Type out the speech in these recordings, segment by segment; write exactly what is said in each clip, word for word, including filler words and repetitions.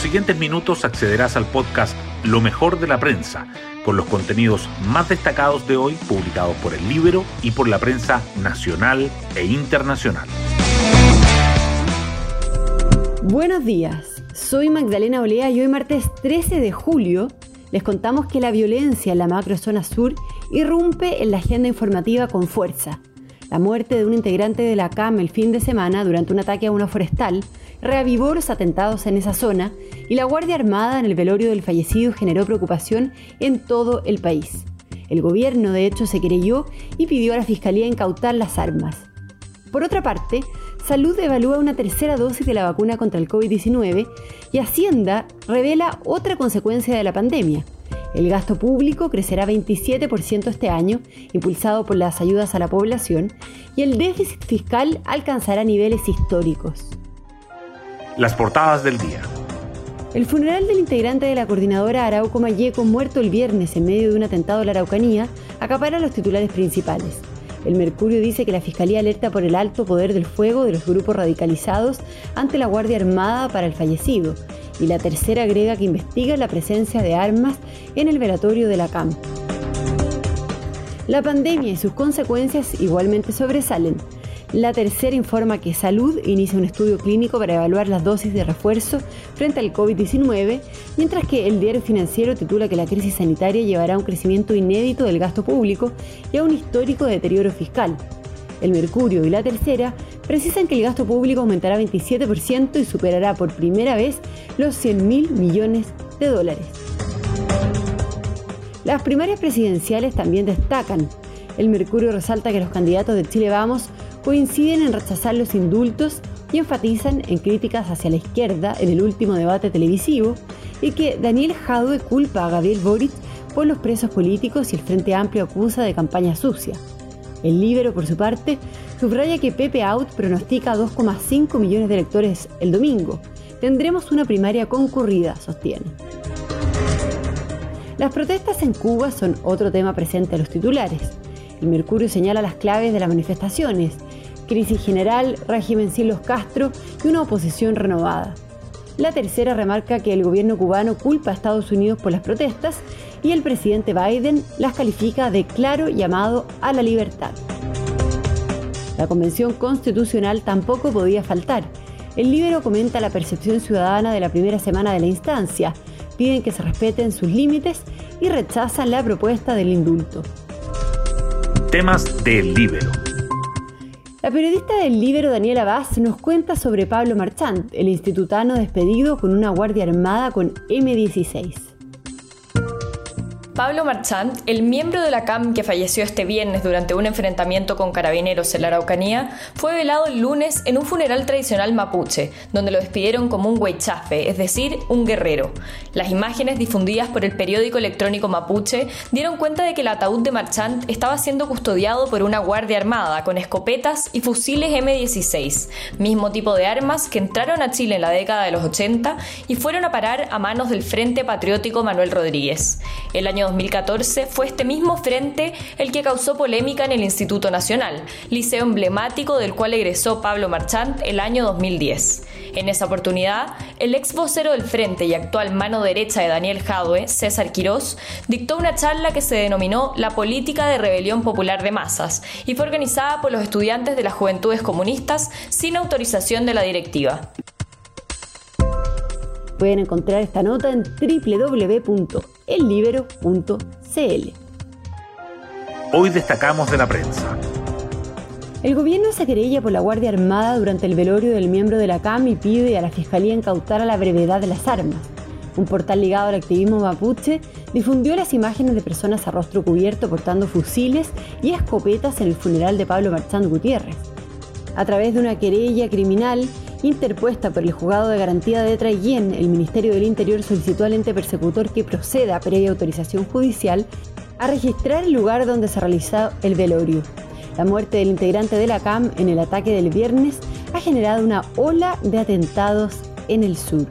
siguientes minutos accederás al podcast Lo mejor de la prensa, con los contenidos más destacados de hoy publicados por El Líbero y por la prensa nacional e internacional. Buenos días, soy Magdalena Olea y hoy martes trece de julio les contamos que la violencia en la macrozona sur irrumpe en la agenda informativa con fuerza. La muerte de un integrante de la C A M el fin de semana durante un ataque a una forestal reavivó los atentados en esa zona y la Guardia Armada en el velorio del fallecido generó preocupación en todo el país. El gobierno, de hecho, se querelló y pidió a la Fiscalía incautar las armas. Por otra parte, Salud evalúa una tercera dosis de la vacuna contra el covid diecinueve y Hacienda revela otra consecuencia de la pandemia. El gasto público crecerá veintisiete por ciento este año, impulsado por las ayudas a la población, y el déficit fiscal alcanzará niveles históricos. Las portadas del día. El funeral del integrante de la coordinadora Arauco Malleco, muerto el viernes en medio de un atentado en la Araucanía, acapara los titulares principales. El Mercurio dice que la Fiscalía alerta por el alto poder del fuego de los grupos radicalizados ante la Guardia Armada para el fallecido, y La Tercera agrega que investiga la presencia de armas en el velatorio de la C A M. La pandemia y sus consecuencias igualmente sobresalen. La Tercera informa que Salud inicia un estudio clínico para evaluar las dosis de refuerzo frente al covid diecinueve, mientras que el Diario Financiero titula que la crisis sanitaria llevará a un crecimiento inédito del gasto público y a un histórico deterioro fiscal. El Mercurio y La Tercera precisan que el gasto público aumentará veintisiete por ciento y superará por primera vez los cien mil millones de dólares. Las primarias presidenciales también destacan. El Mercurio resalta que los candidatos de Chile Vamos coinciden en rechazar los indultos y enfatizan en críticas hacia la izquierda en el último debate televisivo, y que Daniel Jadwe culpa a Gabriel Boric por los presos políticos y el Frente Amplio acusa de campaña sucia. El Líbero, por su parte, subraya que Pepe Out pronostica dos coma cinco millones de electores el domingo. Tendremos una primaria concurrida, sostiene. Las protestas en Cuba son otro tema presente en los titulares. El Mercurio señala las claves de las manifestaciones: crisis general, régimen sin los Castro y una oposición renovada. La Tercera remarca que el gobierno cubano culpa a Estados Unidos por las protestas y el presidente Biden las califica de claro llamado a la libertad. La Convención Constitucional tampoco podía faltar. El Líbero comenta la percepción ciudadana de la primera semana de la instancia, piden que se respeten sus límites y rechazan la propuesta del indulto. Temas del Líbero. La periodista del Líbero, Daniela Vaz, nos cuenta sobre Pablo Marchant, el institutano despedido con una guardia armada con eme dieciséis. Pablo Marchant, el miembro de la C A M que falleció este viernes durante un enfrentamiento con carabineros en la Araucanía, fue velado el lunes en un funeral tradicional mapuche, donde lo despidieron como un huaychafe, es decir, un guerrero. Las imágenes difundidas por el periódico electrónico mapuche dieron cuenta de que el ataúd de Marchant estaba siendo custodiado por una guardia armada con escopetas y fusiles eme dieciséis, mismo tipo de armas que entraron a Chile en la década de los ochenta y fueron a parar a manos del Frente Patriótico Manuel Rodríguez. El año dos mil catorce fue este mismo frente el que causó polémica en el Instituto Nacional, liceo emblemático del cual egresó Pablo Marchant el año dos mil diez. En esa oportunidad, el ex vocero del frente y actual mano derecha de Daniel Jadwe, César Quirós, dictó una charla que se denominó La Política de Rebelión Popular de Masas y fue organizada por los estudiantes de las Juventudes Comunistas sin autorización de la directiva. Pueden encontrar esta nota en doble u doble u doble u punto el líbero punto ce ele. Hoy destacamos de la prensa. El gobierno se querella por la Guardia Armada durante el velorio del miembro de la C A M y pide a la Fiscalía incautar a la brevedad de las armas. Un portal ligado al activismo mapuche difundió las imágenes de personas a rostro cubierto portando fusiles y escopetas en el funeral de Pablo Marchant Gutiérrez. A través de una querella criminal interpuesta por el Juzgado de Garantía de Traiguén, el Ministerio del Interior solicitó al ente persecutor que proceda, previa autorización judicial, a registrar el lugar donde se realizó el velorio. La muerte del integrante de la C A M en el ataque del viernes ha generado una ola de atentados en el sur.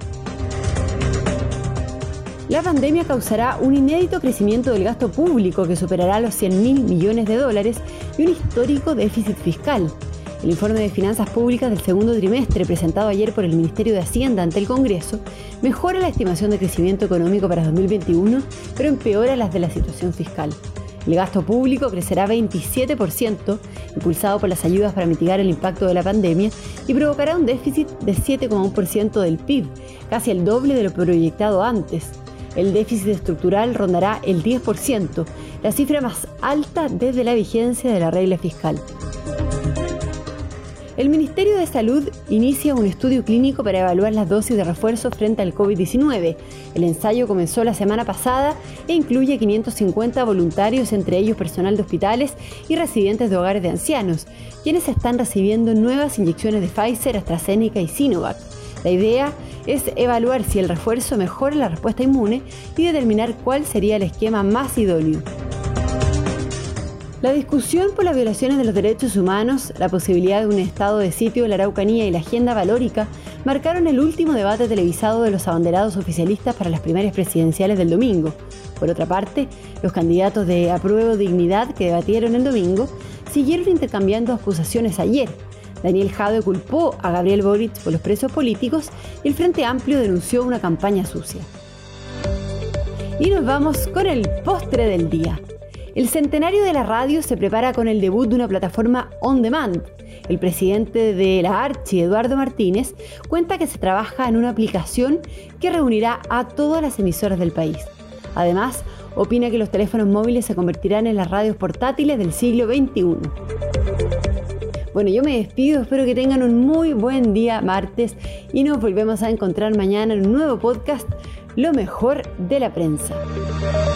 La pandemia causará un inédito crecimiento del gasto público que superará los cien mil millones de dólares y un histórico déficit fiscal. El informe de finanzas públicas del segundo trimestre presentado ayer por el Ministerio de Hacienda ante el Congreso mejora la estimación de crecimiento económico para dos mil veintiuno, pero empeora las de la situación fiscal. El gasto público crecerá veintisiete por ciento, impulsado por las ayudas para mitigar el impacto de la pandemia, y provocará un déficit de siete coma uno por ciento del P I B, casi el doble de lo proyectado antes. El déficit estructural rondará el diez por ciento, la cifra más alta desde la vigencia de la regla fiscal. El Ministerio de Salud inicia un estudio clínico para evaluar las dosis de refuerzo frente al COVID diecinueve. El ensayo comenzó la semana pasada e incluye quinientos cincuenta voluntarios, entre ellos personal de hospitales y residentes de hogares de ancianos, quienes están recibiendo nuevas inyecciones de Pfizer, AstraZeneca y Sinovac. La idea es evaluar si el refuerzo mejora la respuesta inmune y determinar cuál sería el esquema más idóneo. La discusión por las violaciones de los derechos humanos, la posibilidad de un estado de sitio en la Araucanía y la agenda valórica marcaron el último debate televisado de los abanderados oficialistas para las primarias presidenciales del domingo. Por otra parte, los candidatos de Apruebo Dignidad que debatieron el domingo siguieron intercambiando acusaciones ayer. Daniel Jadwe culpó a Gabriel Boric por los presos políticos y el Frente Amplio denunció una campaña sucia. Y nos vamos con el postre del día. El centenario de la radio se prepara con el debut de una plataforma on demand. El presidente de la Archi, Eduardo Martínez, cuenta que se trabaja en una aplicación que reunirá a todas las emisoras del país. Además, opina que los teléfonos móviles se convertirán en las radios portátiles del siglo veintiuno. Bueno, yo me despido, espero que tengan un muy buen día martes y nos volvemos a encontrar mañana en un nuevo podcast, Lo mejor de la prensa.